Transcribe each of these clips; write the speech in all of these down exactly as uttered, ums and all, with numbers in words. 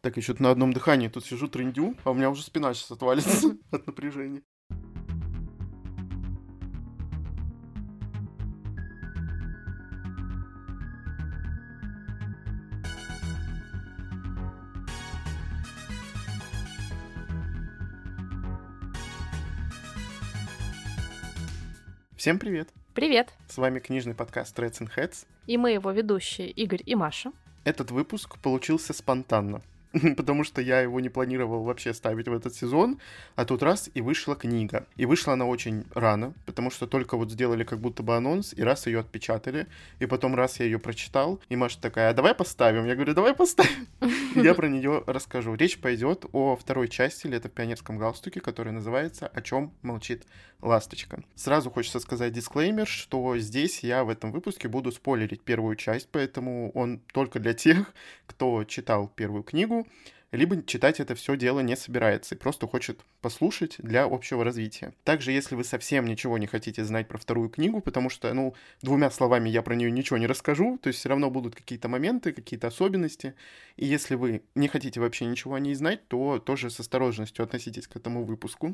Так, я что-то на одном дыхании тут сижу, трындю, а у меня уже спина сейчас отвалится от напряжения. Всем привет! Привет! С вами книжный подкаст Threads and Heads. И мы его ведущие Игорь и Маша. Этот выпуск получился спонтанно, потому что я его не планировал вообще ставить в этот сезон, а тут раз и вышла книга. И вышла она очень рано, потому что только вот сделали как будто бы анонс, и раз ее отпечатали, и потом раз я ее прочитал, и Маша такая: а давай поставим? Я говорю: давай поставим. Я про нее расскажу. Речь пойдет о второй части «Лето в пионерском галстуке», которая называется «О чем молчит ласточка». Сразу хочется сказать дисклеймер, что здесь я в этом выпуске буду спойлерить первую часть, поэтому он только для тех, кто читал первую книгу, либо читать это все дело не собирается и просто хочет послушать для общего развития. Также, если вы совсем ничего не хотите знать про вторую книгу, потому что, ну, двумя словами я про нее ничего не расскажу, то есть все равно будут какие-то моменты, какие-то особенности, и если вы не хотите вообще ничего о ней знать, то тоже с осторожностью относитесь к этому выпуску.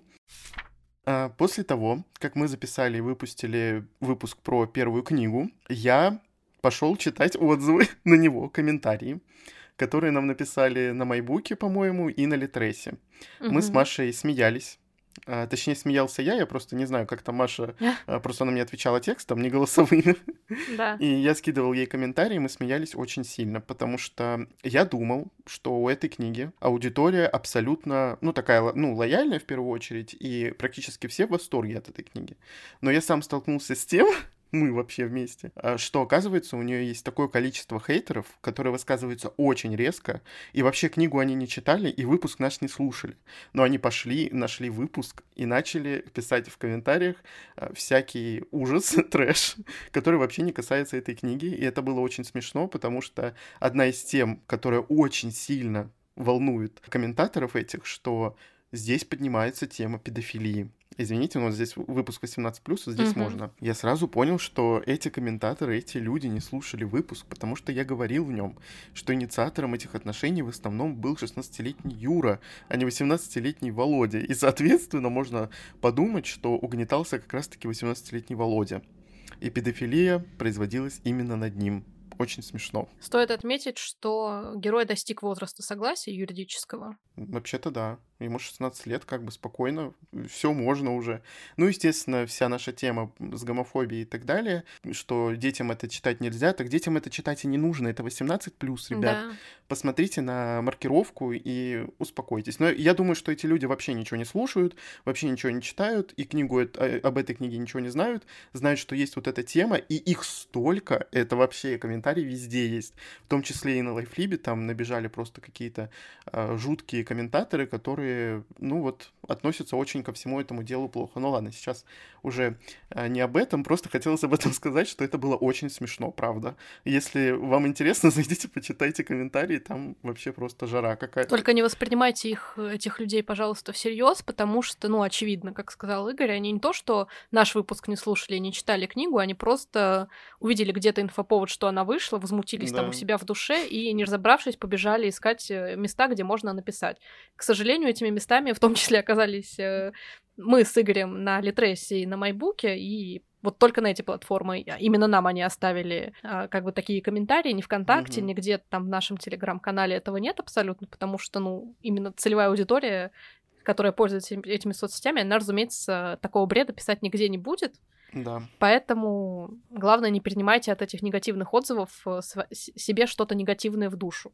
А после того, как мы записали и выпустили выпуск про первую книгу, я пошел читать отзывы на него, комментарии, которые нам написали на Майбуке, по-моему, и на Литресе. Mm-hmm. Мы с Машей смеялись. А, точнее, смеялся я, я просто не знаю, как там Маша, а, просто она мне отвечала текстом, не голосовыми. Да. И я скидывал ей комментарии, мы смеялись очень сильно, потому что я думал, что у этой книги аудитория абсолютно, ну, такая, ну, лояльная в первую очередь, и практически все в восторге от этой книги. Но я сам столкнулся с тем, мы вообще вместе, что, оказывается, у нее есть такое количество хейтеров, которые высказываются очень резко, и вообще книгу они не читали, и выпуск наш не слушали. Но они пошли, нашли выпуск и начали писать в комментариях всякий ужас, трэш, который вообще не касается этой книги, и это было очень смешно, потому что одна из тем, которая очень сильно волнует комментаторов этих, что здесь поднимается тема педофилии. Извините, но здесь выпуск восемнадцать плюс, здесь uh-huh. можно. Я сразу понял, что эти комментаторы, эти люди не слушали выпуск, потому что я говорил в нем, что инициатором этих отношений в основном был шестнадцатилетний Юра, а не восемнадцатилетний Володя. И, соответственно, можно подумать, что угнетался как раз-таки восемнадцатилетний Володя. И педофилия производилась именно над ним. Очень смешно. Стоит отметить, что герой достиг возраста согласия юридического. Вообще-то да. Ему шестнадцать лет, как бы спокойно, все можно уже. Ну, естественно, вся наша тема с гомофобией и так далее, что детям это читать нельзя, так детям это читать и не нужно. Это восемнадцать плюс, ребят. Да. Посмотрите на маркировку и успокойтесь. Но я думаю, что эти люди вообще ничего не слушают, вообще ничего не читают, и книгу об этой книге ничего не знают, знают, что есть вот эта тема, и их столько, это вообще комментарии везде есть. В том числе и на Лайфлибе там набежали просто какие-то э, жуткие комментаторы, которые ну вот, относятся очень ко всему этому делу плохо. Ну ладно, сейчас уже а, не об этом, просто хотелось об этом сказать, что это было очень смешно, правда. Если вам интересно, зайдите, почитайте комментарии, там вообще просто жара какая-то. Только не воспринимайте их, этих людей, пожалуйста, всерьез, потому что, ну, очевидно, как сказал Игорь, они не то, что наш выпуск не слушали и не читали книгу, они просто увидели где-то инфоповод, что она вышла, возмутились да. там у себя в душе и, не разобравшись, побежали искать места, где можно написать. К сожалению, этими местами в том числе оказались э, мы с Игорем на Литресе и на Майбуке, и вот только на эти платформы именно нам они оставили э, как бы такие комментарии, ни ВКонтакте, mm-hmm. нигде там в нашем Телеграм-канале этого нет абсолютно, потому что, ну, именно целевая аудитория, которая пользуется этими соцсетями, она, разумеется, такого бреда писать нигде не будет. Да. Поэтому главное, не принимайте от этих негативных отзывов себе что-то негативное в душу.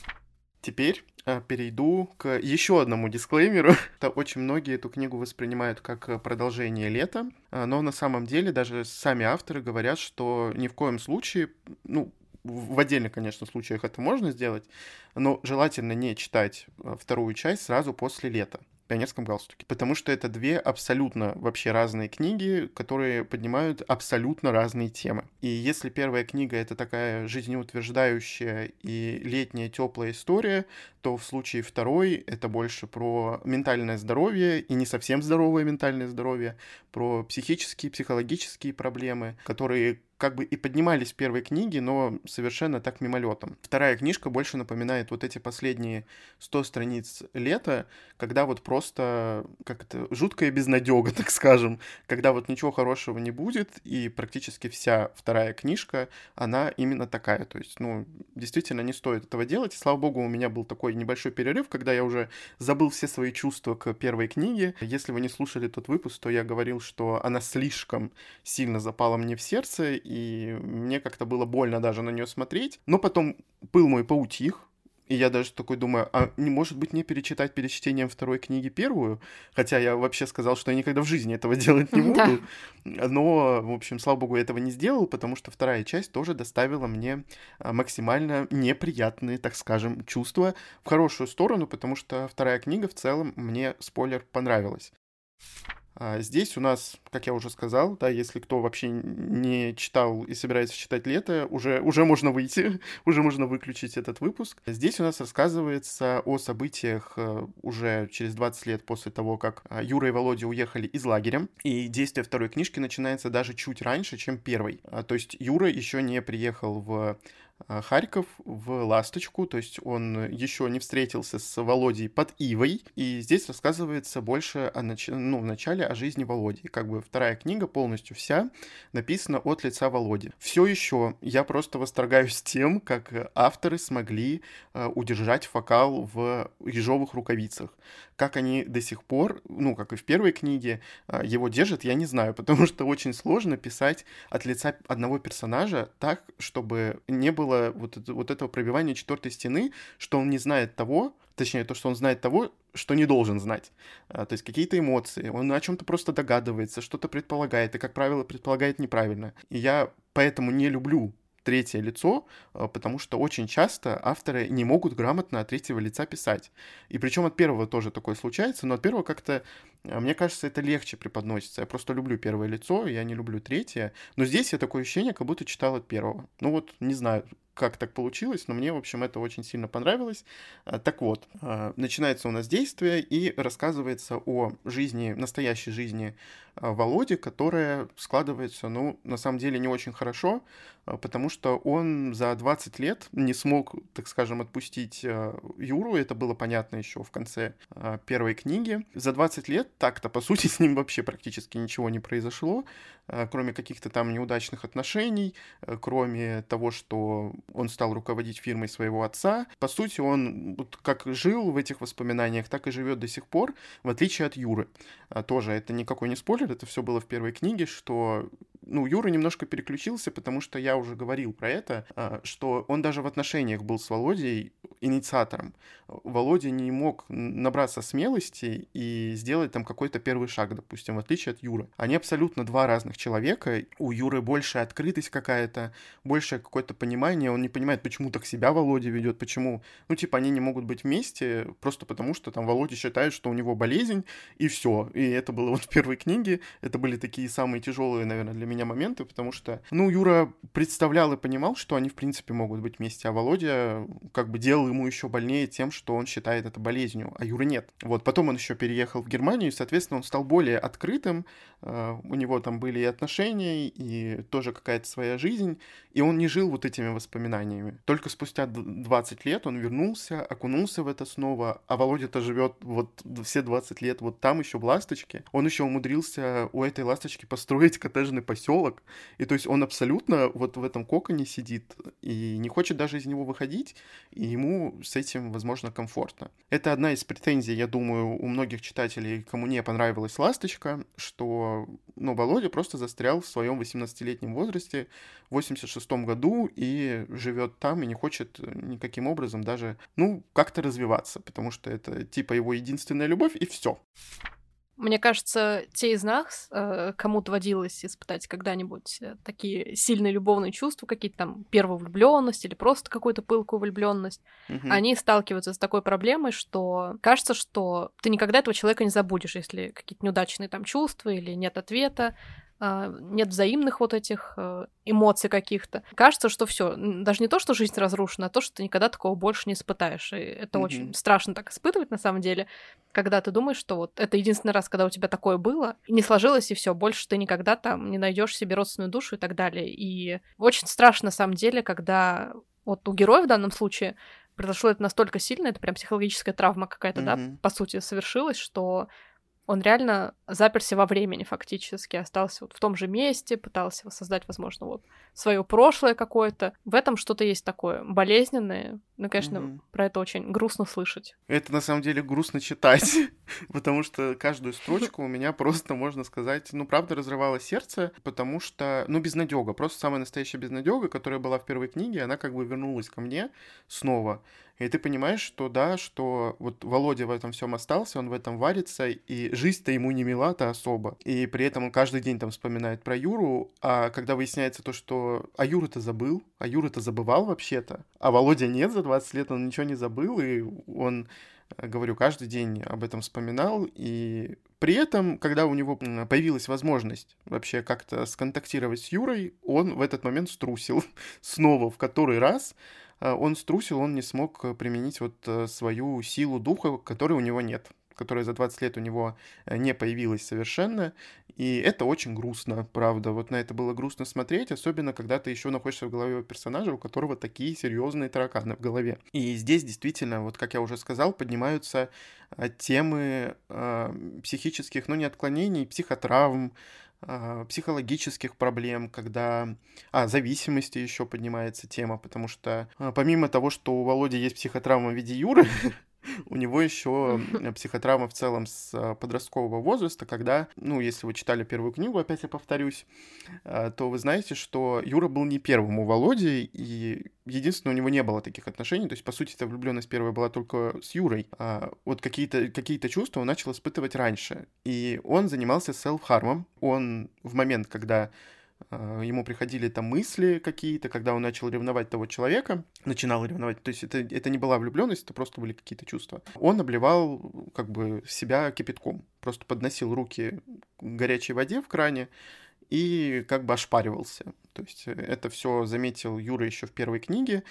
Теперь э, перейду к еще одному дисклеймеру. Это очень многие эту книгу воспринимают как продолжение «Лета», но на самом деле даже сами авторы говорят, что ни в коем случае, ну, в отдельных, конечно, случаях это можно сделать, но желательно не читать вторую часть сразу после «Лета». В пионерском галстуке. Потому что это две абсолютно вообще разные книги, которые поднимают абсолютно разные темы. И если первая книга — это такая жизнеутверждающая и летняя теплая история, то в случае второй это больше про ментальное здоровье и не совсем здоровое ментальное здоровье, про психические, психологические проблемы, которые как бы и поднимались в первой книге, но совершенно так мимолетом. Вторая книжка больше напоминает вот эти последние сто страниц лета, когда вот просто как-то жуткая безнадега, так скажем, когда вот ничего хорошего не будет, и практически вся вторая книжка, она именно такая. То есть, ну, действительно не стоит этого делать. И, слава богу, у меня был такой небольшой перерыв, когда я уже забыл все свои чувства к первой книге. Если вы не слушали тот выпуск, то я говорил, что она слишком сильно запала мне в сердце, и мне как-то было больно даже на нее смотреть. Но потом пыл мой поутих, и я даже такой думаю, а не может быть мне перечитать перед чтением второй книги первую? Хотя я вообще сказал, что я никогда в жизни этого делать не буду. Но, в общем, слава богу, я этого не сделал, потому что вторая часть тоже доставила мне максимально неприятные, так скажем, чувства в хорошую сторону, потому что вторая книга в целом мне, спойлер, понравилась. А здесь у нас, как я уже сказал, да, если кто вообще не читал и собирается читать «Лето», уже, уже можно выйти, уже можно выключить этот выпуск. Здесь у нас рассказывается о событиях уже через двадцать лет после того, как Юра и Володя уехали из лагеря, и действие второй книжки начинается даже чуть раньше, чем первой. То есть Юра еще не приехал в Харьков, в Ласточку, то есть он еще не встретился с Володей под Ивой, и здесь рассказывается больше о нач... ну, в начале о жизни Володи. Как бы вторая книга полностью вся написана от лица Володи. Все еще я просто восторгаюсь тем, как авторы смогли э, удержать фокал в ежовых рукавицах. Как они до сих пор, ну, как и в первой книге, э, его держат, я не знаю, потому что очень сложно писать от лица одного персонажа так, чтобы не было вот, вот этого пробивания четвертой стены, что он не знает того, точнее, то, что он знает того, что не должен знать. А, то есть какие-то эмоции, он о чем-то просто догадывается, что-то предполагает, и, как правило, предполагает неправильно. И я поэтому не люблю третье лицо, потому что очень часто авторы не могут грамотно от третьего лица писать. И причем от первого тоже такое случается, но от первого как-то, мне кажется, это легче преподносится. Я просто люблю первое лицо, я не люблю третье. Но здесь я такое ощущение, как будто читал от первого. Ну вот, не знаю, как так получилось, но мне, в общем, это очень сильно понравилось. Так вот, начинается у нас действие и рассказывается о жизни, настоящей жизни Володи, которая складывается, ну, на самом деле не очень хорошо, потому что он за двадцать лет не смог, так скажем, отпустить Юру, это было понятно еще в конце первой книги. За двадцать лет так-то, по сути, с ним вообще практически ничего не произошло, кроме каких-то там неудачных отношений, кроме того, что он стал руководить фирмой своего отца. По сути, он вот как жил в этих воспоминаниях, так и живет до сих пор, в отличие от Юры. Тоже это никакой не спойлер, это все было в первой книге, что, ну, Юра немножко переключился, потому что я уже говорил про это, что он даже в отношениях был с Володей инициатором. Володя не мог набраться смелости и сделать там какой-то первый шаг, допустим, в отличие от Юры. Они абсолютно два разных человека. У Юры большая открытость какая-то, большее какое-то понимание. Он не понимает, почему так себя Володя ведет, почему, ну, типа, они не могут быть вместе, просто потому что там Володя считает, что у него болезнь, и все. И это было вот в первой книге. Это были такие самые тяжелые, наверное, для меня моменты, потому что, ну, Юра представлял и понимал, что они, в принципе, могут быть вместе, а Володя как бы делал ему еще больнее тем, что он считает это болезнью, а Юры нет. Вот, потом он еще переехал в Германию, и, соответственно, он стал более открытым, uh, у него там были и отношения, и тоже какая-то своя жизнь, и он не жил вот этими воспоминаниями. Только спустя двадцать лет он вернулся, окунулся в это снова, а Володя-то живет вот все двадцать лет вот там еще в Ласточке. Он еще умудрился у этой Ласточки построить коттеджный поселок, и то есть он абсолютно вот в этом коконе сидит и не хочет даже из него выходить, и ему с этим, возможно, комфортно. Это одна из претензий, я думаю, у многих читателей, кому не понравилась «Ласточка», что, ну, Володя просто застрял в своем восемнадцатилетнем возрасте в восемьдесят шестом году и живет там и не хочет никаким образом даже, ну, как-то развиваться, потому что это типа его единственная любовь, и все. Мне кажется, те из нас, кому доводилось испытать когда-нибудь такие сильные любовные чувства, какие-то там первую влюбленность или просто какую-то пылкую влюбленность, mm-hmm. они сталкиваются с такой проблемой, что кажется, что ты никогда этого человека не забудешь, если какие-то неудачные там чувства или нет ответа. нет взаимных вот этих эмоций каких-то. Кажется, что все, даже не то, что жизнь разрушена, а то, что ты никогда такого больше не испытаешь. И это mm-hmm. очень страшно так испытывать на самом деле, когда ты думаешь, что вот это единственный раз, когда у тебя такое было, и не сложилось, и все, больше ты никогда там не найдешь себе родственную душу и так далее. И очень страшно на самом деле, когда вот у героя в данном случае произошло это настолько сильно, это прям психологическая травма какая-то, mm-hmm. да, по сути, совершилась, что он реально заперся во времени фактически, остался вот в том же месте, пытался воссоздать, возможно, вот свое прошлое какое-то. В этом что-то есть такое болезненное. Ну, конечно, mm-hmm. про это очень грустно слышать. Это, на самом деле, грустно читать, потому что каждую строчку у меня просто, можно сказать, ну, правда, разрывало сердце, потому что, ну, безнадёга, просто самая настоящая безнадёга, которая была в первой книге, она как бы вернулась ко мне снова. И ты понимаешь, что да, что вот Володя в этом всем остался, он в этом варится, и жизнь-то ему не мила-то особо. И при этом он каждый день там вспоминает про Юру, а когда выясняется то, что а Юра-то забыл, а Юра-то забывал вообще-то, а Володя нет, за двадцать лет он ничего не забыл, и он, говорю, каждый день об этом вспоминал, и при этом, когда у него появилась возможность вообще как-то сконтактировать с Юрой, он в этот момент струсил снова, в который раз. Он струсил, он не смог применить вот свою силу духа, которой у него нет, которая за двадцать лет у него не появилась совершенно, и это очень грустно, правда, вот на это было грустно смотреть, особенно когда ты еще находишься в голове у персонажа, у которого такие серьезные тараканы в голове. И здесь действительно, вот как я уже сказал, поднимаются темы э, психических, ну не отклонений, психотравм, психологических проблем, когда... А, зависимости еще поднимается тема, потому что помимо того, что у Володи есть психотравма в виде Юры, у него еще психотравма в целом с подросткового возраста, когда, ну, если вы читали первую книгу, опять я повторюсь, то вы знаете, что Юра был не первым у Володи, и единственное, у него не было таких отношений, то есть, по сути, эта влюбленность первая была только с Юрой, а вот какие-то, какие-то чувства он начал испытывать раньше, и он занимался селф-хармом, он в момент, когда ему приходили там мысли какие-то, когда он начал ревновать того человека, начинал ревновать, то есть это, это не была влюбленность, это просто были какие-то чувства. Он обливал как бы себя кипятком, просто подносил руки к горячей воде в кране и как бы ошпаривался. То есть это все заметил Юра еще в первой книге,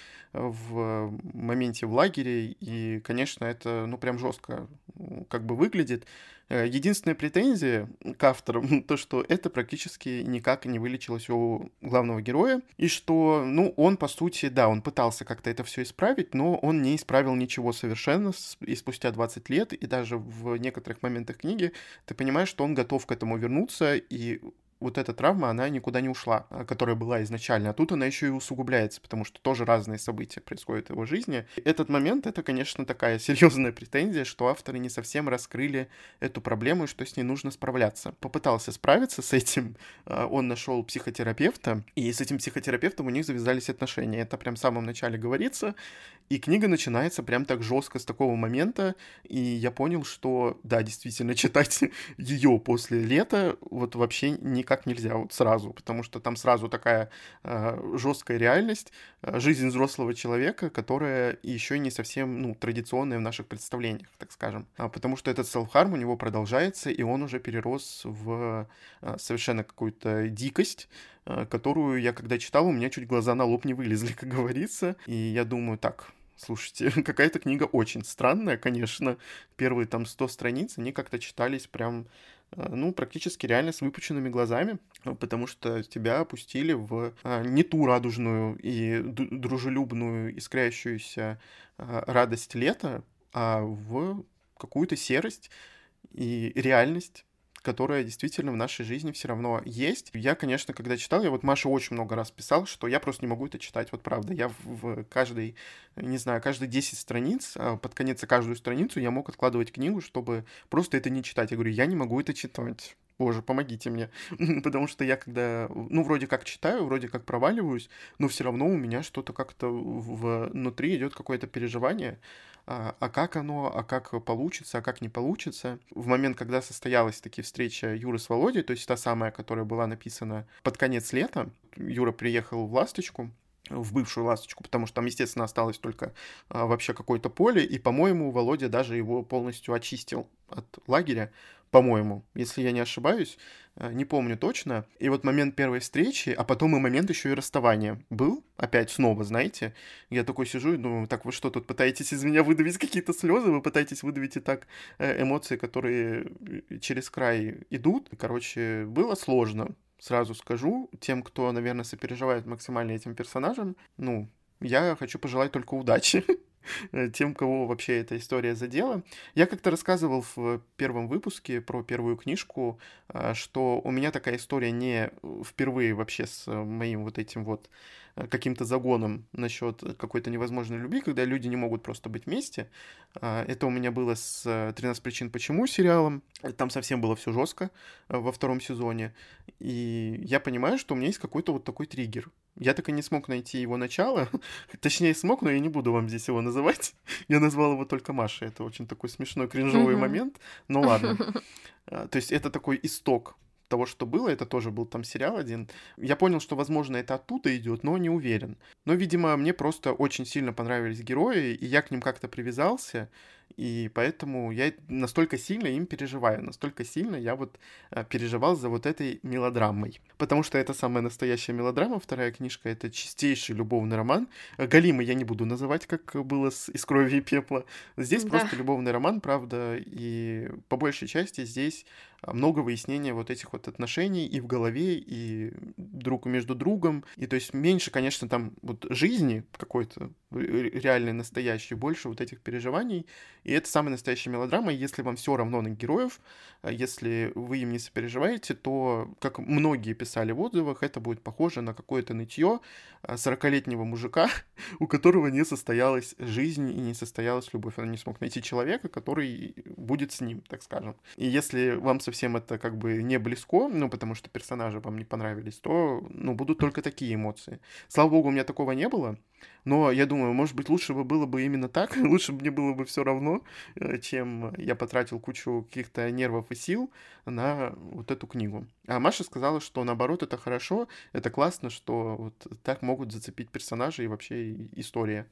в моменте в лагере, и, конечно, это, ну, прям жестко как бы выглядит. Единственная претензия к авторам, то, что это практически никак не вылечилось у главного героя, и что, ну, он, по сути, да, он пытался как-то это все исправить, но он не исправил ничего совершенно, и спустя двадцать лет, и даже в некоторых моментах книги ты понимаешь, что он готов к этому вернуться, и вот эта травма, она никуда не ушла, которая была изначально, а тут она еще и усугубляется, потому что тоже разные события происходят в его жизни. Этот момент, это, конечно, такая серьезная претензия, что авторы не совсем раскрыли эту проблему и что с ней нужно справляться. Попытался справиться с этим, он нашел психотерапевта, и с этим психотерапевтом у них завязались отношения. Это прям в самом начале говорится, и книга начинается прям так жестко с такого момента, и я понял, что, да, действительно, читать ее после лета вот вообще никак как нельзя, вот сразу, потому что там сразу такая э, жесткая реальность, э, жизнь взрослого человека, которая еще не совсем, ну, традиционная в наших представлениях, так скажем. А, потому что этот селф-харм у него продолжается, и он уже перерос в э, совершенно какую-то дикость, э, которую я, когда читал, у меня чуть глаза на лоб не вылезли, как говорится. И я думаю, так... Слушайте, какая-то книга очень странная, конечно. Первые там сто страниц, они как-то читались прям, ну, практически реально с выпученными глазами, потому что тебя опустили в не ту радужную и дружелюбную, искрящуюся радость лета, а в какую-то серость и реальность, которая действительно в нашей жизни все равно есть. Я, конечно, когда читал, я вот Маше очень много раз писал, что я просто не могу это читать, вот правда. Я в каждой, не знаю, каждые десять страниц, под конец каждую страницу я мог откладывать книгу, чтобы просто это не читать. Я говорю, я не могу это читать. Боже, помогите мне. Потому что я когда, ну, вроде как читаю, вроде как проваливаюсь, но все равно у меня что-то как-то внутри идет какое-то переживание, а, а как оно, а как получится, а как не получится. В момент, когда состоялась таки встреча Юры с Володей, то есть та самая, которая была написана под конец лета, Юра приехал в «Ласточку», в бывшую «Ласточку», потому что там, естественно, осталось только а, вообще какое-то поле, и, по-моему, Володя даже его полностью очистил от лагеря, по-моему, если я не ошибаюсь, а, не помню точно. И вот момент первой встречи, а потом и момент еще и расставания был, опять снова, знаете, я такой сижу и думаю, так, вы что, тут пытаетесь из меня выдавить какие-то слезы, вы пытаетесь выдавить и так э, эмоции, которые через край идут. Короче, было сложно. Сразу скажу, тем, кто, наверное, сопереживает максимально этим персонажам, ну, я хочу пожелать только удачи тем, кого вообще эта история задела. Я как-то рассказывал в первом выпуске про первую книжку, а, что у меня такая история не впервые вообще с моим вот этим вот каким-то загоном насчет какой-то невозможной любви, когда люди не могут просто быть вместе. А, Это у меня было с «тринадцать причин почему» сериалом. Там совсем было все жестко во втором сезоне. И я понимаю, что у меня есть какой-то вот такой триггер. Я так и не смог найти его начало. Точнее, смог, но я не буду вам здесь его называть. Я назвал его только Маша. Это очень такой смешной, кринжовый момент. Ну ладно. А, То есть это такой исток того, что было, это тоже был там сериал один. Я понял, что, возможно, это оттуда идет, но не уверен. Но, видимо, мне просто очень сильно понравились герои, и я к ним как-то привязался, и поэтому я настолько сильно им переживаю, настолько сильно я вот а, переживал за вот этой мелодрамой. Потому что это самая настоящая мелодрама, вторая книжка — это чистейший любовный роман. А, Галимый я не буду называть, как было с «Из крови и пепла». Здесь Да. просто любовный роман, правда, и по большей части здесь много выяснения вот этих вот отношений и в голове, и друг между другом. И то есть меньше, конечно, там вот жизни какой-то реальной, настоящей, больше вот этих переживаний. И это самая настоящая мелодрама. И если вам все равно на героев, если вы им не сопереживаете, то, как многие писали в отзывах, это будет похоже на какое-то нытье сорокалетнего мужика, у которого не состоялась жизнь и не состоялась любовь. Он не смог найти человека, который будет с ним, так скажем. И если вам совсем это как бы не близко, ну, потому что персонажи вам не понравились, то, ну, будут только такие эмоции. Слава богу, у меня такого не было, но я думаю, может быть, лучше бы было бы именно так, лучше бы мне было бы все равно, чем я потратил кучу каких-то нервов и сил на вот эту книгу. А Маша сказала, что наоборот, это хорошо, это классно, что вот так могут зацепить персонажи и вообще история.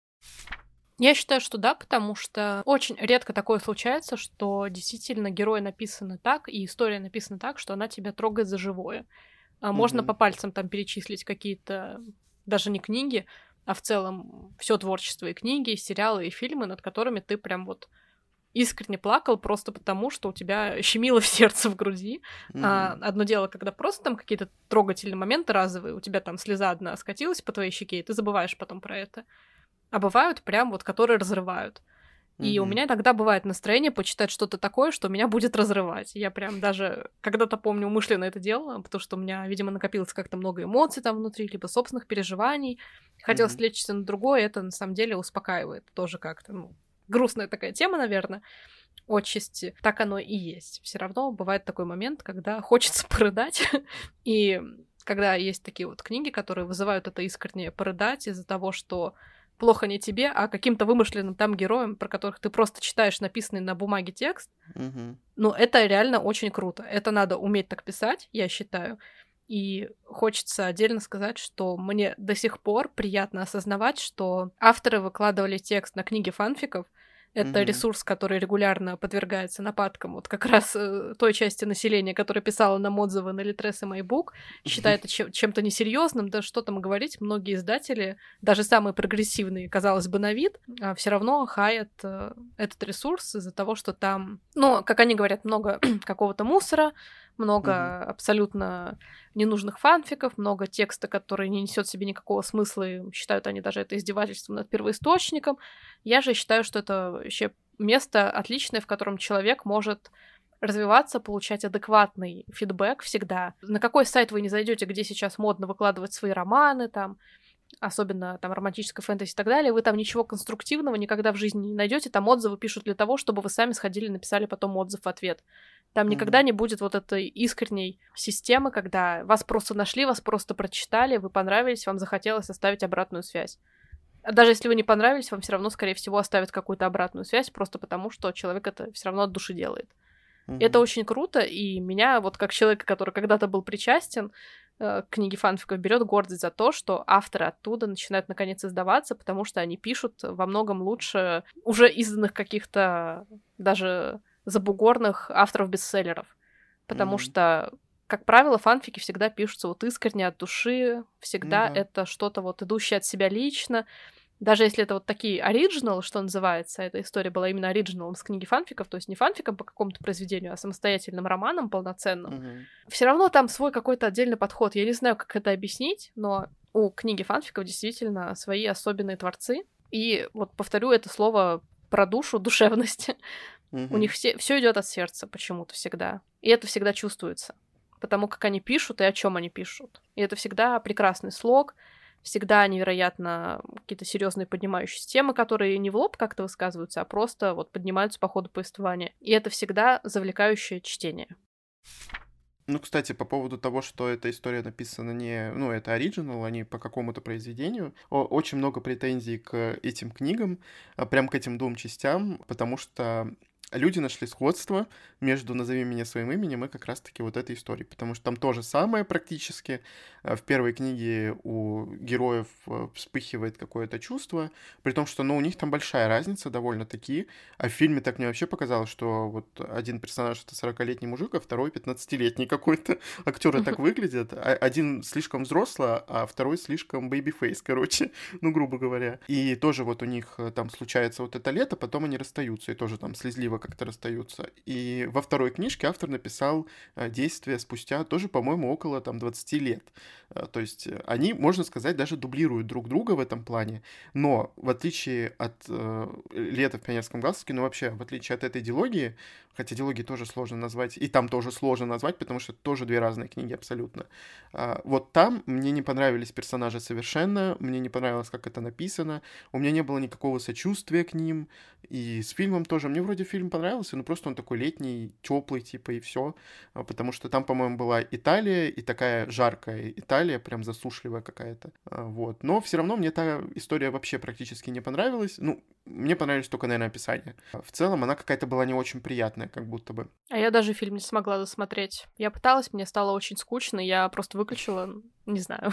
Я считаю, что да, потому что очень редко такое случается, что действительно герои написаны так, и история написана так, что она тебя трогает за живое. А Можно Мгм. по пальцам там перечислить какие-то, даже не книги, а в целом все творчество и книги, и сериалы, и фильмы, над которыми ты прям вот искренне плакал просто потому, что у тебя щемило в сердце, в груди. А, Мгм. одно дело, когда просто там какие-то трогательные моменты разовые, у тебя там слеза одна скатилась по твоей щеке, и ты забываешь потом про это. А бывают прям вот, которые разрывают. И у Мгм. меня иногда бывает настроение почитать что-то такое, что меня будет разрывать. Я прям даже когда-то, помню, умышленно это делала, потому что у меня, видимо, накопилось как-то много эмоций там внутри, либо собственных переживаний. Хотелось Мгм. отвлечься на другое, это на самом деле успокаивает тоже как-то. Ну, грустная такая тема, наверное, отчасти. Так оно и есть. Все равно бывает такой момент, когда хочется порыдать. И когда есть такие вот книги, которые вызывают это искреннее порыдать из-за того, что плохо не тебе, а каким-то вымышленным там героям, про которых ты просто читаешь написанный на бумаге текст, Мгм. ну, это реально очень круто. Это надо уметь так писать, я считаю. И хочется отдельно сказать, что мне до сих пор приятно осознавать, что авторы выкладывали текст на книги фанфиков. Это Мгм. ресурс, который регулярно подвергается нападкам вот как раз э, той части населения, которая писала нам отзывы на Литрес и Майбук, считает это чем- чем-то несерьезным, да что там говорить, многие издатели, даже самые прогрессивные, казалось бы, на вид, все равно хаят э, этот ресурс из-за того, что там, ну, как они говорят, много какого-то мусора, много Мгм. абсолютно ненужных фанфиков, много текста, который не несет в себе никакого смысла, и считают они даже это издевательством над первоисточником. Я же считаю, что это вообще место отличное, в котором человек может развиваться, получать адекватный фидбэк всегда. На какой сайт вы не зайдете, где сейчас модно выкладывать свои романы, там, особенно там романтическое фэнтези и так далее, вы там ничего конструктивного никогда в жизни не найдете. Там отзывы пишут для того, чтобы вы сами сходили и написали потом отзыв в ответ. Там никогда Мгм. не будет вот этой искренней системы, когда вас просто нашли, вас просто прочитали, вы понравились, вам захотелось оставить обратную связь. А даже если вы не понравились, вам все равно, скорее всего, оставят какую-то обратную связь, просто потому что человек это все равно от души делает. Это Мгм. очень круто, и меня, вот как человека, который когда-то был причастен э, книги фанфиков берет гордость за то, что авторы оттуда начинают наконец издаваться, потому что они пишут во многом лучше уже изданных каких-то даже забугорных авторов-бестселлеров. Потому Мгм. что, как правило, фанфики всегда пишутся вот искренне от души, Ну всегда да. это что-то вот идущее от себя лично. Даже если это вот такие оригиналы, что называется, эта история была именно оригиналом с книги фанфиков, то есть не фанфиком по какому-то произведению, а самостоятельным романом полноценным, Мгм. все равно там свой какой-то отдельный подход. Я не знаю, как это объяснить, но у книги фанфиков действительно свои особенные творцы. И вот повторю это слово про душу, душевность. У них Мгм. все, все идет от сердца почему-то всегда. И это всегда чувствуется. Потому как они пишут и о чем они пишут. И это всегда прекрасный слог, всегда невероятно какие-то серьезные поднимающиеся темы, которые не в лоб как-то высказываются, а просто вот поднимаются по ходу повествования. И это всегда завлекающее чтение. Ну, кстати, по поводу того, что эта история написана не... Ну, это оригинал, а не по какому-то произведению. О- очень много претензий к этим книгам, а, прям к этим двум частям, потому что люди нашли сходство между «Назови меня своим именем» и как раз-таки вот этой историей, потому что там то же самое практически. А, В первой книге у героев э, вспыхивает какое-то чувство, при том, что, ну, у них там большая разница довольно-таки, а в фильме так мне вообще показалось, что вот один персонаж — это сорокалетний мужик, а второй пятнадцатилетний какой-то. Актеры так выглядят. А- Один слишком взрослый, а второй слишком бэйби-фейс, короче, ну, грубо говоря. И тоже вот у них э, там случается вот это лето, потом они расстаются, и тоже там слезливо как-то расстаются. И во второй книжке автор написал э, действия спустя тоже, по-моему, около там двадцати лет. Э, То есть э, они, можно сказать, даже дублируют друг друга в этом плане, но в отличие от э, лета в пионерском галстуке, ну вообще, в отличие от этой дилогии, хотя дилогии тоже сложно назвать, и там тоже сложно назвать, потому что это тоже две разные книги абсолютно. А, вот там мне не понравились персонажи совершенно, мне не понравилось, как это написано, у меня не было никакого сочувствия к ним, и с фильмом тоже. Мне вроде фильм понравился, но просто он такой летний, теплый, типа, и все, потому что там, по-моему, была Италия, и такая жаркая Италия, прям засушливая какая-то, а, вот. Но все равно мне та история вообще практически не понравилась. Ну, мне понравилось только, наверное, описание. В целом она какая-то была не очень приятная, как будто бы. А я даже фильм не смогла досмотреть. Я пыталась, мне стало очень скучно, я просто выключила, не знаю,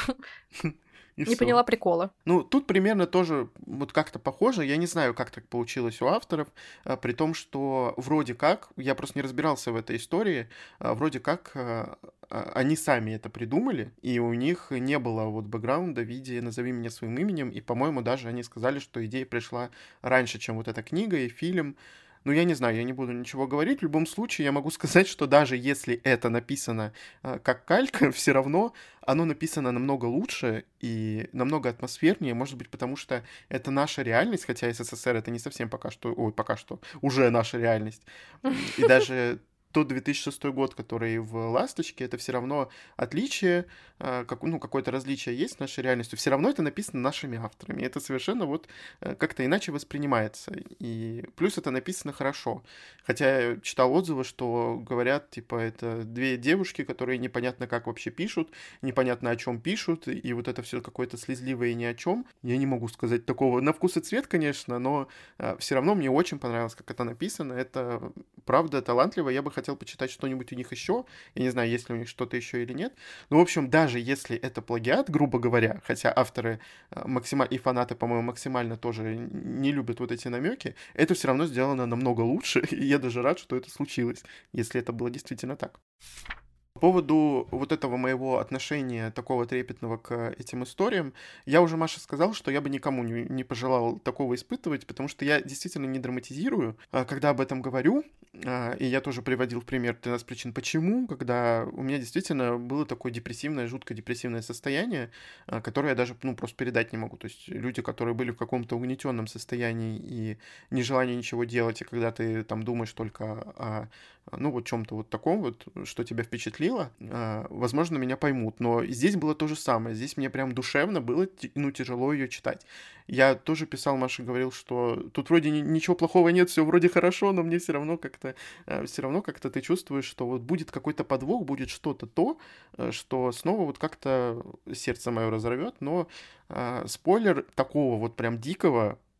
И не все. поняла прикола. Ну, тут примерно тоже вот как-то похоже. Я не знаю, как так получилось у авторов, а, при том, что вроде как, я просто не разбирался в этой истории, а, вроде как а, а, они сами это придумали, и у них не было вот бэкграунда в виде «Назови меня своим именем», и, по-моему, даже они сказали, что идея пришла раньше, чем вот эта книга и фильм. Ну, я не знаю, я не буду ничего говорить. В любом случае, я могу сказать, что даже если это написано а, как калька, все равно оно написано намного лучше и намного атмосфернее, может быть, потому что это наша реальность, хотя СССР это не совсем пока что, ой, пока что, уже наша реальность. М, И даже тот две тысячи шестой год, который в «Ласточке», это все равно отличие, а, как, ну, какое-то различие есть с нашей реальностью. Все равно это написано нашими авторами. И это совершенно вот э, как-то иначе воспринимается. И плюс это написано хорошо. Хотя я читал отзывы, что говорят, типа, это две девушки, которые непонятно как вообще пишут, непонятно о чем пишут, и вот это все какое-то слезливое и ни о чем. Я не могу сказать такого. На вкус и цвет, конечно, но все равно мне очень понравилось, как это написано. Это правда талантливо. Я бы хотел почитать что-нибудь у них еще. Я не знаю, есть ли у них что-то еще или нет. Ну, в общем, даже если это плагиат, грубо говоря, хотя авторы э, максима... и фанаты, по-моему, максимально тоже не любят вот эти намеки, это все равно сделано намного лучше. И я даже рад, что это случилось, если это было действительно так. По поводу вот этого моего отношения такого трепетного к этим историям, я уже, Маша, сказал, что я бы никому не, не пожелал такого испытывать, потому что я действительно не драматизирую, а, когда об этом говорю, а, и я тоже приводил в пример тринадцать причин почему, когда у меня действительно было такое депрессивное, жутко депрессивное состояние, а, которое я даже, ну, просто передать не могу. То есть люди, которые были в каком-то угнетенном состоянии и нежелании ничего делать, и когда ты там думаешь только о, ну, вот чем-то вот таком вот, что тебя впечатлило, а, возможно, меня поймут. Но здесь было то же самое. Здесь мне прям душевно было, ти- ну, тяжело ее читать. Я тоже писал, Маше говорил, что тут вроде ни- ничего плохого нет, все вроде хорошо, но мне все равно как-то, все равно как-то ты чувствуешь, что вот будет какой-то подвох, будет что-то то, э, что снова вот как-то сердце мое разорвет. Но а, спойлер такого вот прям дикого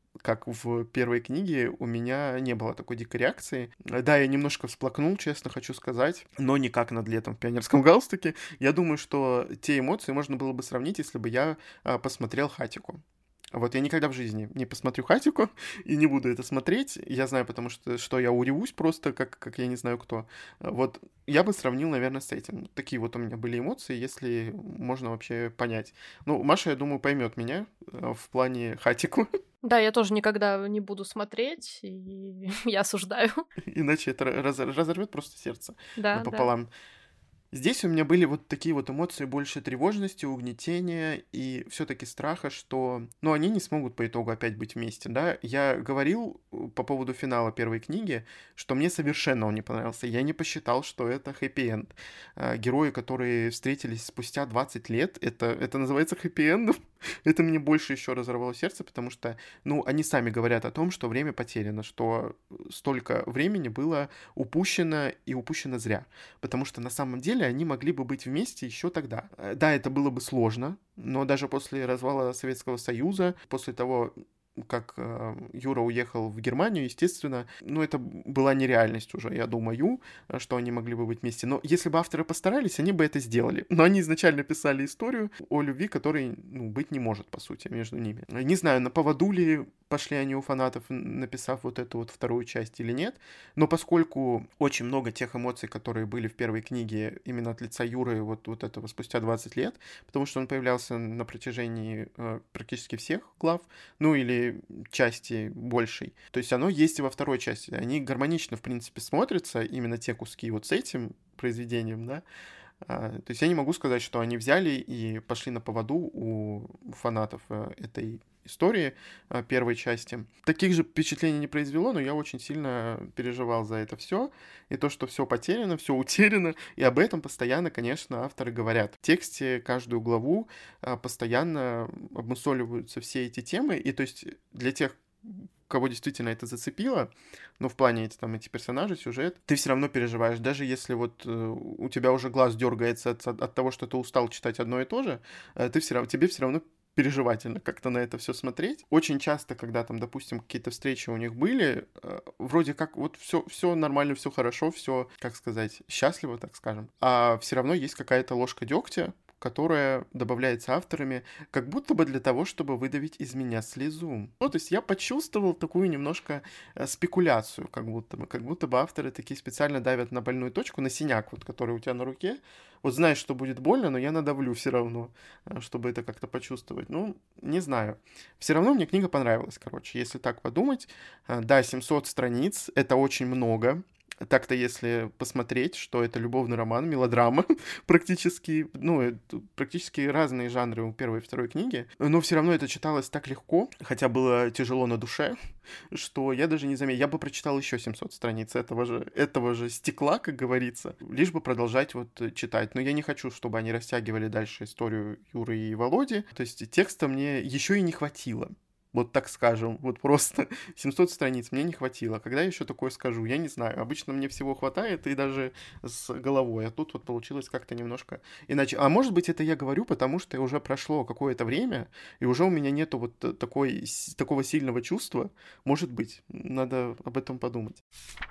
как в первой книге, у меня не было такой дикой реакции. Да, я немножко всплакнул, честно хочу сказать, но не как над летом в пионерском галстуке. Я думаю, что те эмоции можно было бы сравнить, если бы я а, посмотрел «Хатико». Вот я никогда в жизни не посмотрю «Хатико» и не буду это смотреть. Я знаю, потому что, что я уревусь просто, как, как я не знаю кто. Вот я бы сравнил, наверное, с этим. Такие вот у меня были эмоции, если можно вообще понять. Ну, Маша, я думаю, поймет меня э, в плане «Хатико». Да, я тоже никогда не буду смотреть, и я осуждаю. Иначе это раз- разорвет просто сердце Да, да. напополам. Здесь у меня были вот такие вот эмоции больше тревожности, угнетения и все-таки страха, что, ну, они не смогут по итогу опять быть вместе, да. Я говорил э, по поводу финала первой книги, что мне совершенно он не понравился. Я не посчитал, что это хэппи-энд. А, Герои, которые встретились спустя двадцать лет, это, это называется хэппи-эндом. Это мне больше еще разорвало сердце, потому что, ну, они сами говорят о том, что время потеряно, что столько времени было упущено и упущено зря. Потому что на самом деле они могли бы быть вместе еще тогда. Э, Да, это было бы сложно, но даже после развала Советского Союза, после того, как э, Юра уехал в Германию, естественно, ну, это была нереальность уже, я думаю, э, что они могли бы быть вместе. Но если бы авторы постарались, они бы это сделали. Но они изначально писали историю о любви, которой, ну, быть не может, по сути, между ними. Не знаю, на поводу ли пошли они у фанатов, написав вот эту вот вторую часть или нет, но поскольку очень много тех эмоций, которые были в первой книге именно от лица Юры, вот, вот этого спустя двадцать лет, потому что он появлялся на протяжении э, практически всех глав, ну или части большей. То есть оно есть и во второй части. Они гармонично, в принципе, смотрятся, именно те куски вот с этим произведением, да. А, то есть я не могу сказать, что они взяли и пошли на поводу у фанатов э, этой истории э, первой части. Таких же впечатлений не произвело, но я очень сильно переживал за это все. И то, что все потеряно, все утеряно, и об этом постоянно, конечно, авторы говорят. В тексте каждую главу э, постоянно обмусоливаются все эти темы, и то есть для тех, кого действительно это зацепило, но в плане эти, там, эти персонажи, сюжет, ты все равно переживаешь, даже если вот э, у тебя уже глаз дергается от, от того, что ты устал читать одно и то же, э, ты все равно, тебе все равно переживательно как-то на это все смотреть. Очень часто, когда там, допустим, какие-то встречи у них были, э, вроде как вот все, все нормально, все хорошо, все, как сказать, счастливо, так скажем, а все равно есть какая-то ложка дегтя, которая добавляется авторами, как будто бы для того, чтобы выдавить из меня слезу. Ну, то есть я почувствовал такую немножко э, спекуляцию, как будто бы, как будто бы авторы такие специально давят на больную точку, на синяк, вот, который у тебя на руке. Вот знаешь, что будет больно, но я надавлю все равно, э, чтобы это как-то почувствовать. Ну, не знаю. Все равно мне книга понравилась, короче, если так подумать. Э, Да, семьсот страниц, это очень много. Так-то, если посмотреть, что это любовный роман, мелодрама, практически, ну, это практически разные жанры у первой и второй книги, но все равно это читалось так легко, хотя было тяжело на душе, что я даже не заметил. Я бы прочитал еще семьсот страниц этого же, этого же стекла, как говорится, лишь бы продолжать вот читать. Но я не хочу, чтобы они растягивали дальше историю Юры и Володи. То есть текста мне еще и не хватило. Вот так скажем, вот просто семьсот страниц мне не хватило. Когда я еще такое скажу, я не знаю. Обычно мне всего хватает и даже с головой. А тут вот получилось как-то немножко иначе. А может быть, это я говорю, потому что уже прошло какое-то время, и уже у меня нету вот такой, такого сильного чувства. Может быть, надо об этом подумать.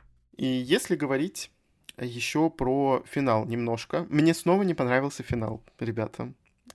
И если говорить еще про финал немножко. Мне снова не понравился финал, ребята.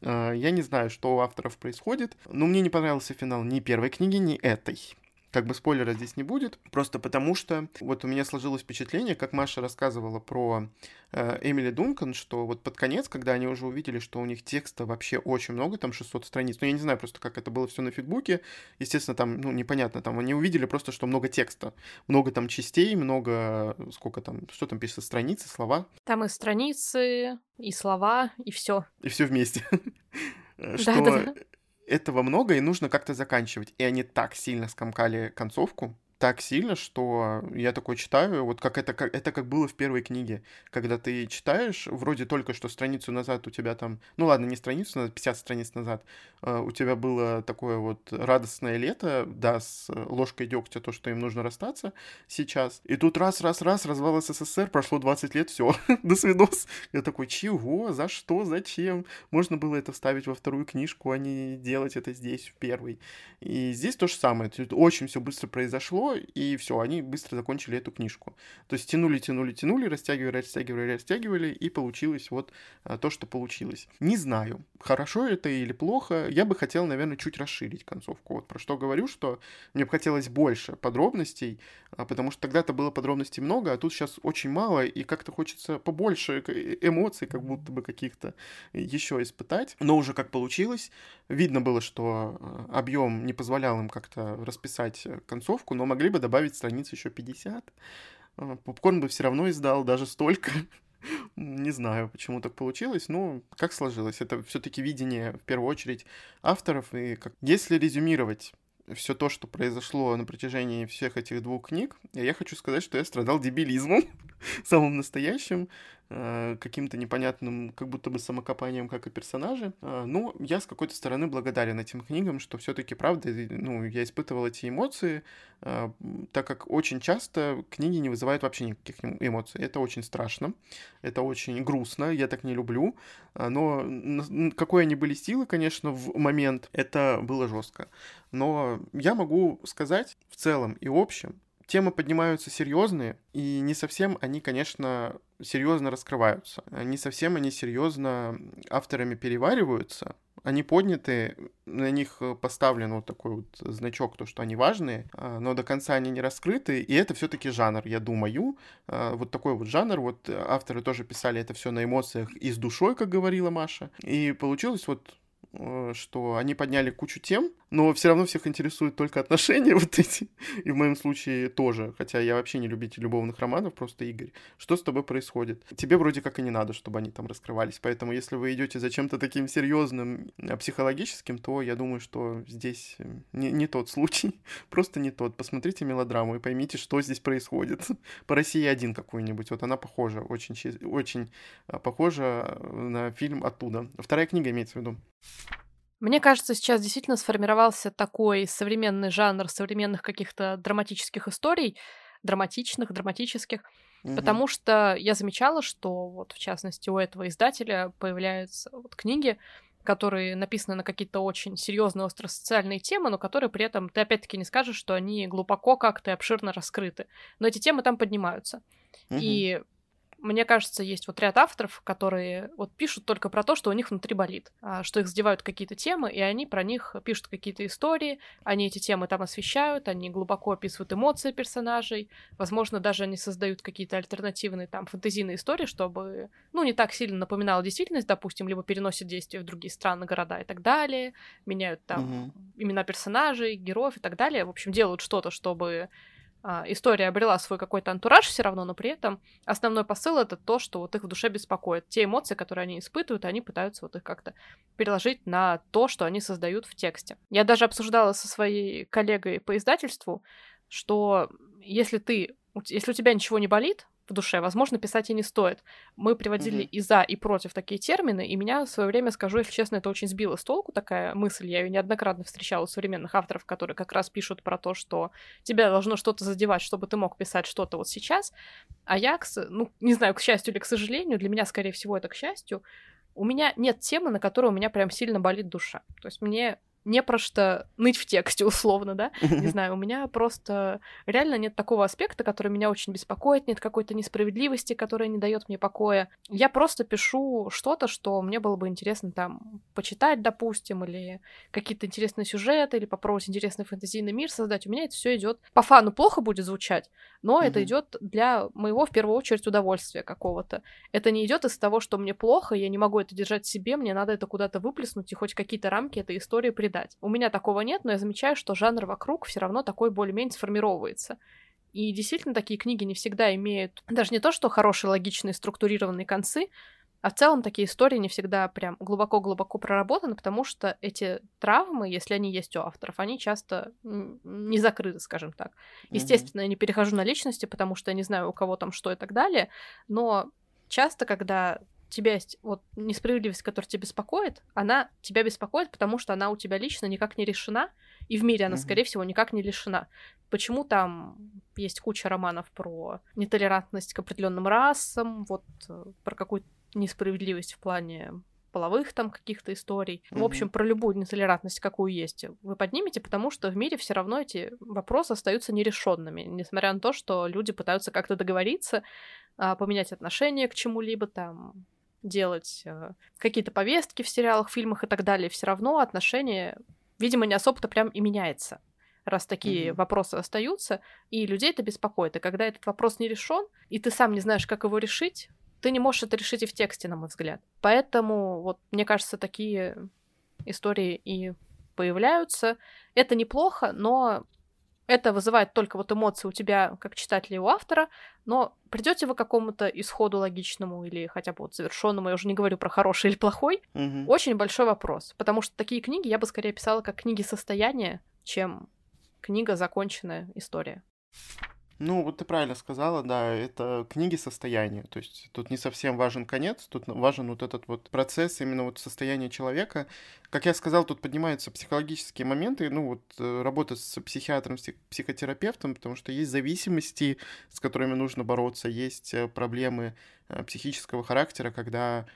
Я не знаю, что у авторов происходит, но мне не понравился финал ни первой книги, ни этой. Как бы спойлера здесь не будет, просто потому что вот у меня сложилось впечатление, как Маша рассказывала про э, Эмили Дункан, что вот под конец, когда они уже увидели, что у них текста вообще очень много, там шестьсот страниц, ну я не знаю просто, как это было все на фигбуке, естественно, там, ну непонятно, там они увидели просто, что много текста, много там частей, много, сколько там, что там пишется, страницы, слова. Там и страницы, и слова, и все. И все вместе. Да-да-да. Что этого много, и нужно как-то заканчивать. И они так сильно скомкали концовку, так сильно, что я такой читаю, вот как это, как это как было в первой книге, когда ты читаешь, вроде только что страницу назад у тебя там, ну ладно, не страницу назад, пятьдесят страниц назад, э, у тебя было такое вот радостное лето, да, с ложкой дегтя, то, что им нужно расстаться сейчас, и тут раз-раз-раз, развал СССР, прошло двадцать лет, все, до свидос. Я такой, чего, за что, зачем? Можно было это вставить во вторую книжку, а не делать это здесь, в первой. И здесь то же самое, тут очень все быстро произошло, и все, они быстро закончили эту книжку. То есть тянули, тянули, тянули, растягивали, растягивали, растягивали, и получилось вот а, то, что получилось. Не знаю, хорошо это или плохо. Я бы хотел, наверное, чуть расширить концовку. Вот про что говорю, что мне бы хотелось больше подробностей, а, потому что тогда-то было подробностей много, а тут сейчас очень мало, и как-то хочется побольше эмоций, как будто бы каких-то еще испытать. Но уже как получилось. Видно было, что объем не позволял им как-то расписать концовку, но могли бы добавить страниц еще пятьдесят. Попкорн бы все равно издал даже столько. Не знаю, почему так получилось, но как сложилось. Это все-таки видение, в первую очередь, авторов. И как... Если резюмировать все то, что произошло на протяжении всех этих двух книг, я хочу сказать, что я страдал дебилизмом, самым настоящим, каким-то непонятным, как будто бы самокопанием, как и персонажи. Но я с какой-то стороны благодарен этим книгам, что все-таки, правда, ну, я испытывал эти эмоции, так как очень часто книги не вызывают вообще никаких эмоций. Это очень страшно, это очень грустно, я так не люблю. Но какой они были силы, конечно, в момент, это было жестко. Но я могу сказать в целом и общем, темы поднимаются серьезные, и не совсем они, конечно, серьезно раскрываются. Не совсем они серьезно авторами перевариваются. Они подняты, на них поставлен вот такой вот значок, то, что они важные, но до конца они не раскрыты, и это все-таки жанр, я думаю. Вот такой вот жанр, вот авторы тоже писали это все на эмоциях и с душой, как говорила Маша, и получилось вот, что они подняли кучу тем, но все равно всех интересуют только отношения вот эти, и в моем случае тоже, хотя я вообще не любитель любовных романов, просто Игорь, что с тобой происходит? Тебе вроде как и не надо, чтобы они там раскрывались, поэтому если вы идете за чем-то таким серьезным, психологическим, то я думаю, что здесь не, не тот случай, просто не тот. Посмотрите мелодраму и поймите, что здесь происходит. По России один какую-нибудь, вот она похожа, очень, очень похожа на фильм «Оттуда». Вторая книга имеется в виду. Мне кажется, сейчас действительно сформировался такой современный жанр современных каких-то драматических историй, драматичных, драматических, угу. Потому что я замечала, что вот в частности у этого издателя появляются вот книги, которые написаны на какие-то очень серьезные остросоциальные темы, но которые при этом ты опять-таки не скажешь, что они глубоко как-то и обширно раскрыты. Но эти темы там поднимаются. Угу. И мне кажется, есть вот ряд авторов, которые вот пишут только про то, что у них внутри болит, что их задевают какие-то темы, и они про них пишут какие-то истории, они эти темы там освещают, они глубоко описывают эмоции персонажей, возможно, даже они создают какие-то альтернативные там фэнтезийные истории, чтобы, ну, не так сильно напоминало действительность, допустим, либо переносят действия в другие страны, города и так далее, меняют там угу. имена персонажей, героев и так далее, в общем, делают что-то, чтобы история обрела свой какой-то антураж все равно, но при этом основной посыл — это то, что вот их в душе беспокоит. Те эмоции, которые они испытывают, они пытаются вот их как-то переложить на то, что они создают в тексте. Я даже обсуждала со своей коллегой по издательству, что если ты, если у тебя ничего не болит в душе, возможно, писать и не стоит. Мы приводили mm-hmm. и за, и против такие термины, и меня в свое время, скажу, если честно, это очень сбило с толку, такая мысль. Я ее неоднократно встречала у современных авторов, которые как раз пишут про то, что тебя должно что-то задевать, чтобы ты мог писать что-то вот сейчас. А я, ну, не знаю, к счастью или к сожалению, для меня, скорее всего, это к счастью, у меня нет темы, на которой у меня прям сильно болит душа. То есть мне не про что ныть в тексте, условно, да, не знаю, у меня просто реально нет такого аспекта, который меня очень беспокоит, нет какой-то несправедливости, которая не дает мне покоя. Я просто пишу что-то, что мне было бы интересно там почитать, допустим, или какие-то интересные сюжеты, или попробовать интересный фэнтезийный мир создать. У меня это все идет по фану плохо будет звучать, но mm-hmm. это идет для моего, в первую очередь, удовольствия какого-то. Это не идет из того, что мне плохо, я не могу это держать в себе, мне надо это куда-то выплеснуть и хоть какие-то рамки этой истории придать. У меня такого нет, но я замечаю, что жанр вокруг все равно такой более-менее сформировывается. И действительно, такие книги не всегда имеют даже не то, что хорошие, логичные, структурированные концы, А в целом такие истории не всегда прям глубоко-глубоко проработаны, потому что эти травмы, если они есть у авторов, они часто не закрыты, скажем так. Естественно, я не перехожу на личности, потому что я не знаю, у кого там что и так далее, но часто, когда у тебя есть вот несправедливость, которая тебя беспокоит, она тебя беспокоит, потому что она у тебя лично никак не решена, и в мире она, mm-hmm. скорее всего, никак не решена. Почему там есть куча романов про нетолерантность к определенным расам, вот про какую-то несправедливость в плане половых там каких-то историй. Mm-hmm. В общем, про любую нетолерантность, какую есть, вы поднимете, потому что в мире все равно эти вопросы остаются нерешенными, несмотря на то, что люди пытаются как-то договориться, поменять отношение к чему-либо, там, делать какие-то повестки в сериалах, фильмах и так далее. Все равно отношение, видимо, не особо-то прям и меняется, раз такие mm-hmm. вопросы остаются, и людей это беспокоит. И когда этот вопрос не решен, и ты сам не знаешь, как его решить, ты не можешь это решить и в тексте, на мой взгляд. Поэтому, вот, мне кажется, такие истории и появляются. Это неплохо, но это вызывает только вот эмоции у тебя, как читателя и у автора, но придете вы к какому-то исходу логичному или хотя бы вот завершенному, я уже не говорю про хороший или плохой, mm-hmm. очень большой вопрос. Потому что такие книги я бы скорее писала как книги состояния, чем книга «Законченная история». Ну, вот ты правильно сказала, да, это книги состояния, то есть тут не совсем важен конец, тут важен вот этот вот процесс, именно вот состояние человека. Как я сказал, тут поднимаются психологические моменты, ну вот работа с психиатром, с психотерапевтом, потому что есть зависимости, с которыми нужно бороться, есть проблемы психического характера, когда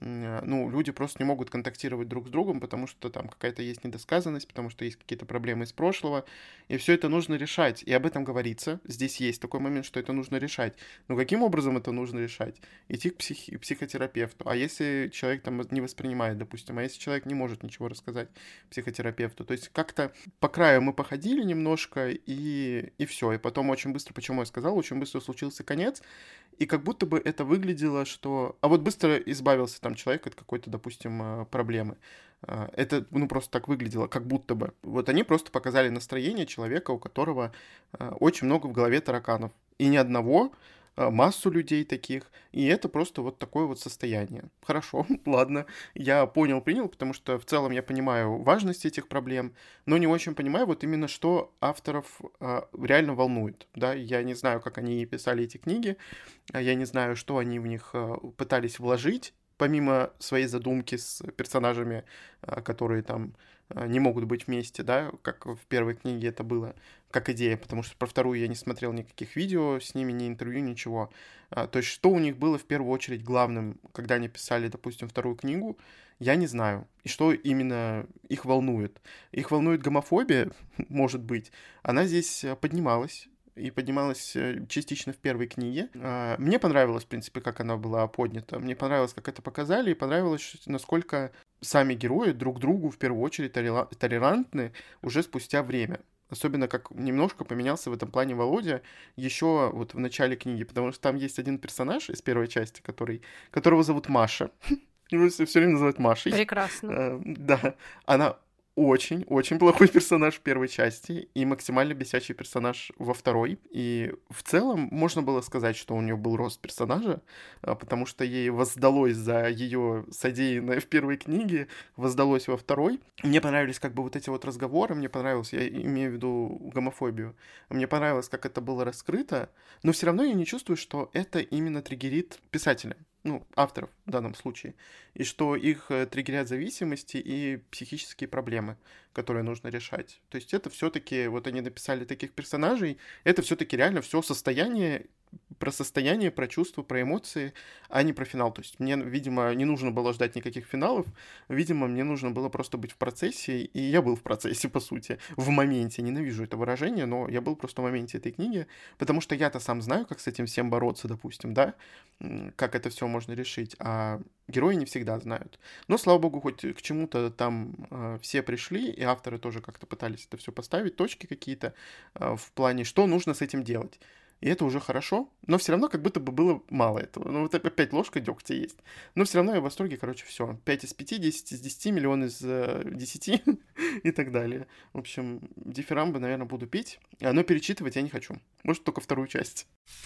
ну, люди просто не могут контактировать друг с другом, потому что там какая-то есть недосказанность, потому что есть какие-то проблемы из прошлого, и все это нужно решать, и об этом говорится. Здесь есть такой момент, что это нужно решать. Но каким образом это нужно решать? Идти к психи- психотерапевту. А если человек там не воспринимает, допустим, а если человек не может ничего рассказать психотерапевту? То есть как-то по краю мы походили немножко, и, и все. И потом очень быстро, почему я сказал, очень быстро случился конец, и как будто бы это выглядело, что... А вот быстро избавился там человек от какой-то, допустим, проблемы. Это, ну, просто так выглядело, как будто бы. Вот они просто показали настроение человека, у которого очень много в голове тараканов. И ни одного, массу людей таких, и это просто вот такое вот состояние. Хорошо, ладно, я понял, принял, потому что в целом я понимаю важность этих проблем, но не очень понимаю вот именно, что авторов а, реально волнует, да, я не знаю, как они писали эти книги, я не знаю, что они в них а, пытались вложить, помимо своей задумки с персонажами, а, которые там не могут быть вместе, да, как в первой книге это было, как идея, потому что про вторую я не смотрел никаких видео с ними, ни интервью, ничего. А, то есть что у них было в первую очередь главным, когда они писали, допустим, вторую книгу, я не знаю. И что именно их волнует. Их волнует гомофобия, может быть. Она здесь поднималась. И поднималась частично в первой книге. Мне понравилось, в принципе, как она была поднята. Мне понравилось, как это показали, и понравилось, насколько сами герои друг другу в первую очередь толерантны уже спустя время. Особенно как немножко поменялся в этом плане Володя еще вот в начале книги, потому что там есть один персонаж из первой части, который, которого зовут Маша. Его все время называют Машей. Прекрасно. Да, она очень-очень плохой персонаж в первой части и максимально бесячий персонаж во второй. И в целом можно было сказать, что у нее был рост персонажа, потому что ей воздалось за ее содеянное в первой книге, воздалось во второй. Мне понравились как бы вот эти вот разговоры, мне понравилось, я имею в виду гомофобию, мне понравилось, как это было раскрыто, но все равно я не чувствую, что это именно триггерит писателя. Ну, авторов в данном случае, и что их триггерят зависимости и психические проблемы, которые нужно решать. То есть это все-таки, вот они написали таких персонажей, это все-таки реально все состояние, про состояние, про чувства, про эмоции, а не про финал. То есть мне, видимо, не нужно было ждать никаких финалов, видимо, мне нужно было просто быть в процессе, и я был в процессе, по сути, в моменте. Ненавижу это выражение, но я был просто в моменте этой книги, потому что я-то сам знаю, как с этим всем бороться, допустим, да, как это все можно решить, а герои не всегда знают. Но, слава богу, хоть к чему-то там э, все пришли, и авторы тоже как-то пытались это все поставить, точки какие-то э, в плане, что нужно с этим делать. И это уже хорошо, но все равно как будто бы было мало этого. Ну, вот опять ложка дегтя есть. Но все равно я в восторге, короче, все. пять из пяти, десять из десяти, миллион из десяти и так далее. В общем, дифирамбы, наверное, буду пить, но перечитывать я не хочу. Может, только вторую часть.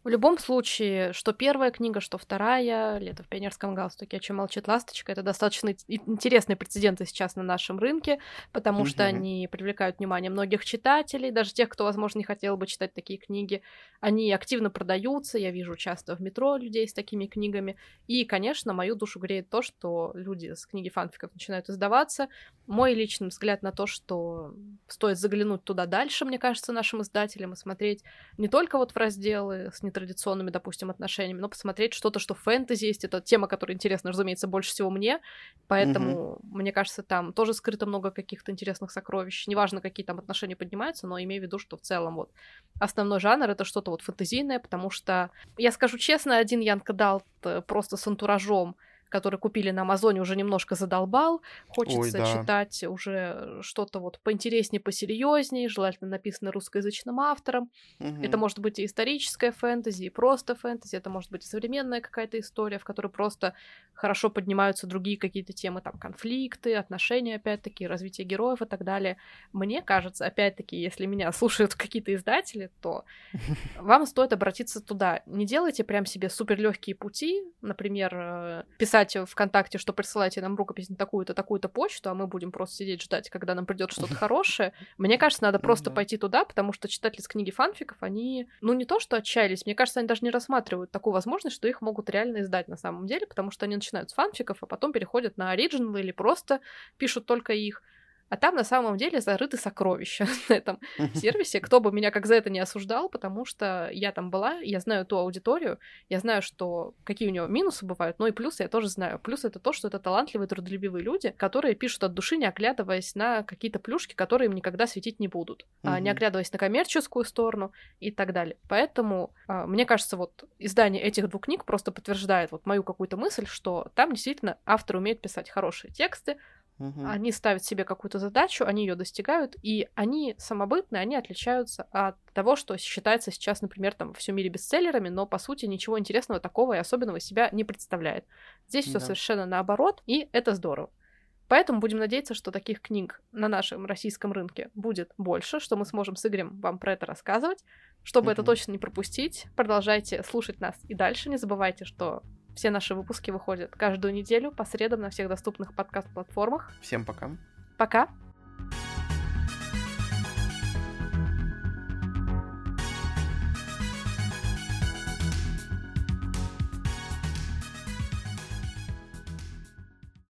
В любом случае, что первая книга, что вторая, «Лето в пионерском галстуке», «О чем молчит ласточка», это достаточно интересные прецеденты сейчас на нашем рынке, потому что Мгм. они привлекают внимание многих читателей, даже тех, кто, возможно, не хотел бы читать такие книги. Они активно продаются, я вижу часто в метро людей с такими книгами. И, конечно, мою душу греет то, что люди с книги фанфиков начинают издаваться. Мой личный взгляд на то, что стоит заглянуть туда дальше, мне кажется, нашим издателям, и смотреть не только вот в разделы с нетрадиционными, допустим, отношениями, но посмотреть что-то, что в фэнтези есть. Это тема, которая интересна, разумеется, больше всего мне. Поэтому, Мгм. мне кажется, там тоже скрыто много каких-то интересных сокровищ. Неважно, какие там отношения поднимаются, но имею в виду, что в целом вот основной жанр — это что-то вот фэнтезийное, потому что, я скажу честно, один Янг Адалт просто с антуражом, который купили на Амазоне, уже немножко задолбал. Ой, Хочется да. читать уже что-то вот поинтереснее, посерьезнее, желательно написанное русскоязычным автором. Это Мгм. может быть и историческая фэнтези, и просто фэнтези, это может быть и современная какая-то история, в которой просто хорошо поднимаются другие какие-то темы, там, конфликты, отношения, опять-таки, развитие героев и так далее. Мне кажется, опять-таки, если меня слушают какие-то издатели, то вам стоит обратиться туда. Не делайте прям себе супер легкие пути, например, э, писать ВКонтакте, что присылайте нам рукопись на такую-то, такую-то почту, а мы будем просто сидеть ждать, когда нам придет что-то хорошее. Мне кажется, надо Ну просто да. пойти туда, потому что читатели с книги фанфиков, они, ну, не то что отчаялись, мне кажется, они даже не рассматривают такую возможность, что их могут реально издать на самом деле, потому что они начинают с фанфиков, а потом переходят на оригиналы или просто пишут только их. А там на самом деле зарыты сокровища на этом сервисе. Кто бы меня как за это не осуждал, потому что я там была, я знаю ту аудиторию, я знаю, что какие у него минусы бывают, но и плюсы я тоже знаю. Плюс это то, что это талантливые, трудолюбивые люди, которые пишут от души, не оглядываясь на какие-то плюшки, которые им никогда светить не будут, а не Мгм. оглядываясь на коммерческую сторону и так далее. Поэтому, а, мне кажется, вот издание этих двух книг просто подтверждает вот мою какую-то мысль, что там действительно автор умеет писать хорошие тексты, Мгм. они ставят себе какую-то задачу, они ее достигают, и они самобытные, они отличаются от того, что считается сейчас, например, там, во всем мире бестселлерами, но, по сути, ничего интересного такого и особенного себя не представляет. Здесь все Да. совершенно наоборот, и это здорово. Поэтому будем надеяться, что таких книг на нашем российском рынке будет больше, что мы сможем с Игорем вам про это рассказывать. Чтобы это Мгм. точно не пропустить, продолжайте слушать нас и дальше. Не забывайте, что все наши выпуски выходят каждую неделю по средам на всех доступных подкаст-платформах. Всем пока. Пока!